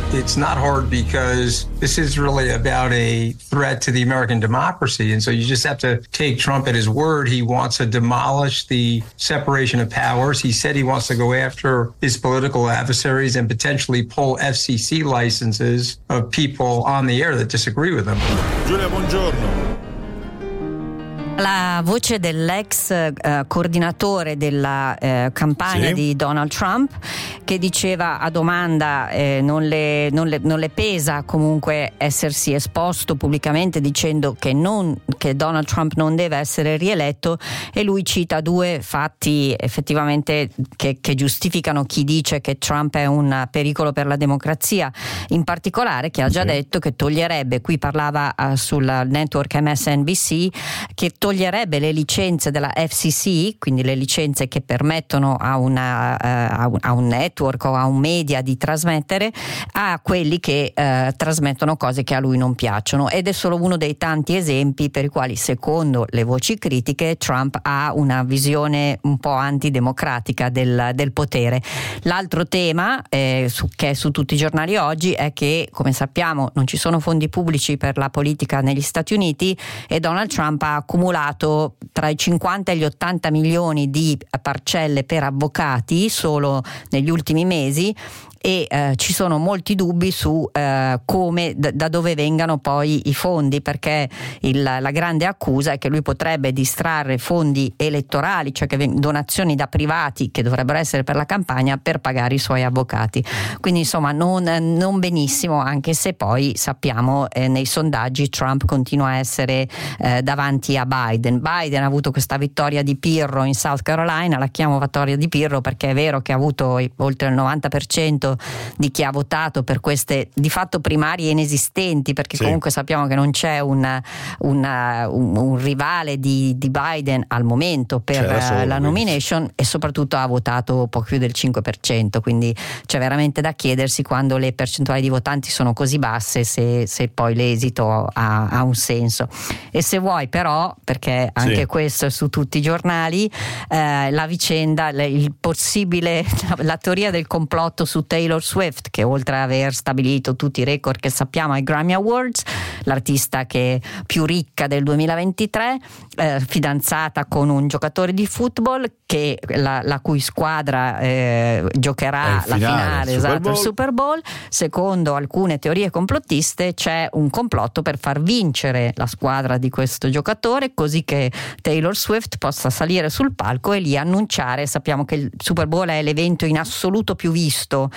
It's not hard because this is really about a threat to the American democracy. And so you just have to take Trump at his word. He wants to demolish the separation of powers. He said he wants to go after his political adversaries and potentially pull FCC licenses of people on the air that disagree with him. Giulia, buongiorno. La voce dell'ex coordinatore della campagna di Donald Trump, che diceva a domanda non le pesa comunque essersi esposto pubblicamente dicendo che Donald Trump non deve essere rieletto, e lui cita due fatti effettivamente che giustificano chi dice che Trump è un pericolo per la democrazia, in particolare che ha già detto che toglierebbe, qui parlava sul network MSNBC, che toglierebbe le licenze della FCC, quindi le licenze che permettono a un network o a un media di trasmettere, a quelli che trasmettono cose che a lui non piacciono, ed è solo uno dei tanti esempi per i quali, secondo le voci critiche, Trump ha una visione un po' antidemocratica del potere. L'altro tema che è su tutti i giornali oggi è che, come sappiamo, non ci sono fondi pubblici per la politica negli Stati Uniti, e Donald Trump ha accumulato tra i 50 e gli 80 milioni di parcelle per avvocati solo negli ultimi mesi, e ci sono molti dubbi su come, da dove vengano poi i fondi, perché la grande accusa è che lui potrebbe distrarre fondi elettorali, cioè donazioni da privati che dovrebbero essere per la campagna, per pagare i suoi avvocati. Quindi insomma non benissimo, anche se poi sappiamo nei sondaggi Trump continua a essere davanti a Biden. Biden ha avuto questa vittoria di Pirro in South Carolina, la chiamo vittoria di Pirro perché è vero che ha avuto oltre il 90% di chi ha votato per queste di fatto primarie inesistenti, perché comunque sappiamo che non c'è un rivale di Biden al momento per la nomination, e soprattutto ha votato poco più del 5%, quindi c'è veramente da chiedersi, quando le percentuali di votanti sono così basse, se poi l'esito ha un senso. E se vuoi però, perché anche questo è su tutti i giornali, la vicenda, il possibile, la teoria del complotto su Taylor Swift, che oltre ad aver stabilito tutti i record che sappiamo ai Grammy Awards, l'artista che più ricca del 2023, fidanzata con un giocatore di football che la cui squadra giocherà la finale, il Super Bowl. Secondo alcune teorie complottiste c'è un complotto per far vincere la squadra di questo giocatore, così che Taylor Swift possa salire sul palco e lì annunciare. Sappiamo che il Super Bowl è l'evento in assoluto più visto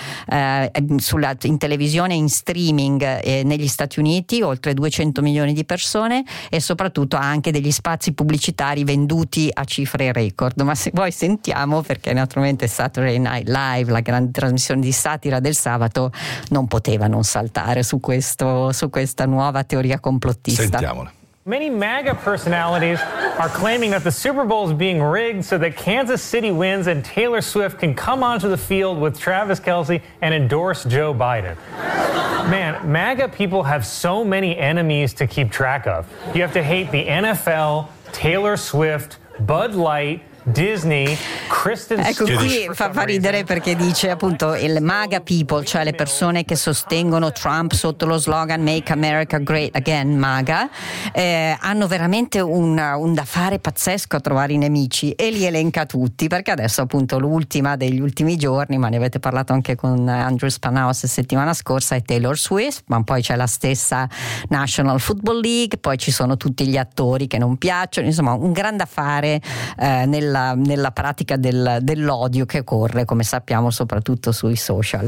in televisione, in streaming negli Stati Uniti, oltre 200 milioni di persone, e soprattutto ha anche degli spazi pubblicitari venduti a cifre record. Ma se vuoi sentiamo, perché naturalmente Saturday Night Live, la grande trasmissione di satira del sabato, non poteva non saltare su questa nuova teoria complottista. Sentiamola. Many MAGA personalities are claiming that the Super Bowl is being rigged so that Kansas City wins and Taylor Swift can come onto the field with Travis Kelce and endorse Joe Biden. Man, MAGA people have so many enemies to keep track of. You have to hate the NFL, Taylor Swift, Bud Light, Disney, Kristen Ecco, Stewart. qui fa ridere perché dice appunto il MAGA people, cioè le persone che sostengono Trump sotto lo slogan Make America Great Again, MAGA, hanno veramente un da fare pazzesco a trovare i nemici, e li elenca tutti, perché adesso appunto l'ultima degli ultimi giorni, ma ne avete parlato anche con Andrew Spanaus settimana scorsa, è Taylor Swift, ma poi c'è la stessa National Football League, poi ci sono tutti gli attori che non piacciono, insomma un gran da fare nella pratica dell'odio che corre, come sappiamo, soprattutto sui social.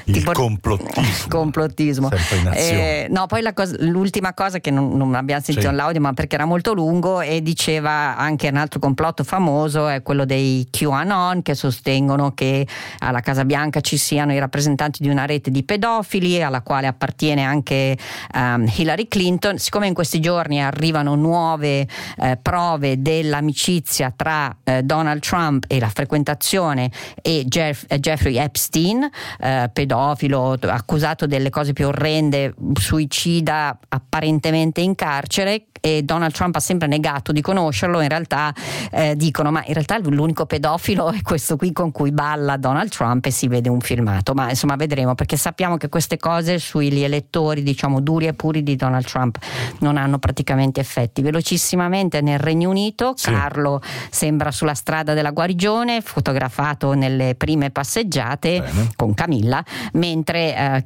Complottismo. Sempre in azione. No, poi l'ultima cosa che non abbiamo sentito nell'audio, ma perché era molto lungo, e diceva anche un altro complotto famoso è quello dei QAnon, che sostengono che alla Casa Bianca ci siano i rappresentanti di una rete di pedofili alla quale appartiene anche Hillary Clinton. Siccome in questi giorni arrivano nuove prove dell'amicizia tra Donald Trump e la frequentazione e Jeffrey Epstein, pedofilo accusato delle cose più orrende, suicida, apparentemente in carcere, e Donald Trump ha sempre negato di conoscerlo. In realtà dicono ma in realtà l'unico pedofilo è questo qui con cui balla Donald Trump, e si vede un filmato, ma insomma vedremo, perché sappiamo che queste cose sugli elettori diciamo duri e puri di Donald Trump non hanno praticamente effetti. Velocissimamente nel Regno Unito, sì. Carlo sembra sulla strada della guarigione, fotografato nelle prime passeggiate. Bene. Con Camilla, mentre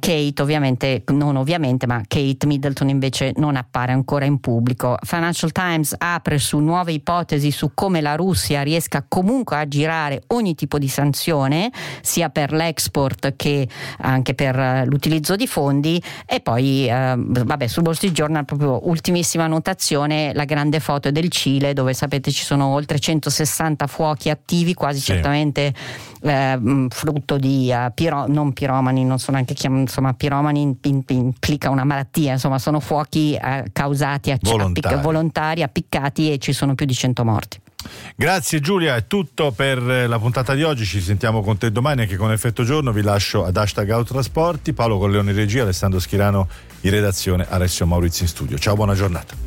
Kate Middleton invece non appare ancora in pubblico. Financial Times apre su nuove ipotesi su come la Russia riesca comunque a girare ogni tipo di sanzione, sia per l'export che anche per l'utilizzo di fondi. E poi sul Wall Street Journal, proprio ultimissima notazione, la grande foto del Cile, dove sapete ci sono oltre 160 fuochi attivi, quasi sì. Certamente frutto di non piromani, non so neanche chiamare, insomma piromani implica una malattia, insomma sono fuochi causati volontari, appiccati, e ci sono più di 100 morti. Grazie Giulia, è tutto per la puntata di oggi, ci sentiamo con te domani anche con Effetto Giorno. Vi lascio ad #Autotrasporti, Paolo Corleone in regia, Alessandro Schirano in redazione, Alessio Maurizio in studio. Ciao, buona giornata.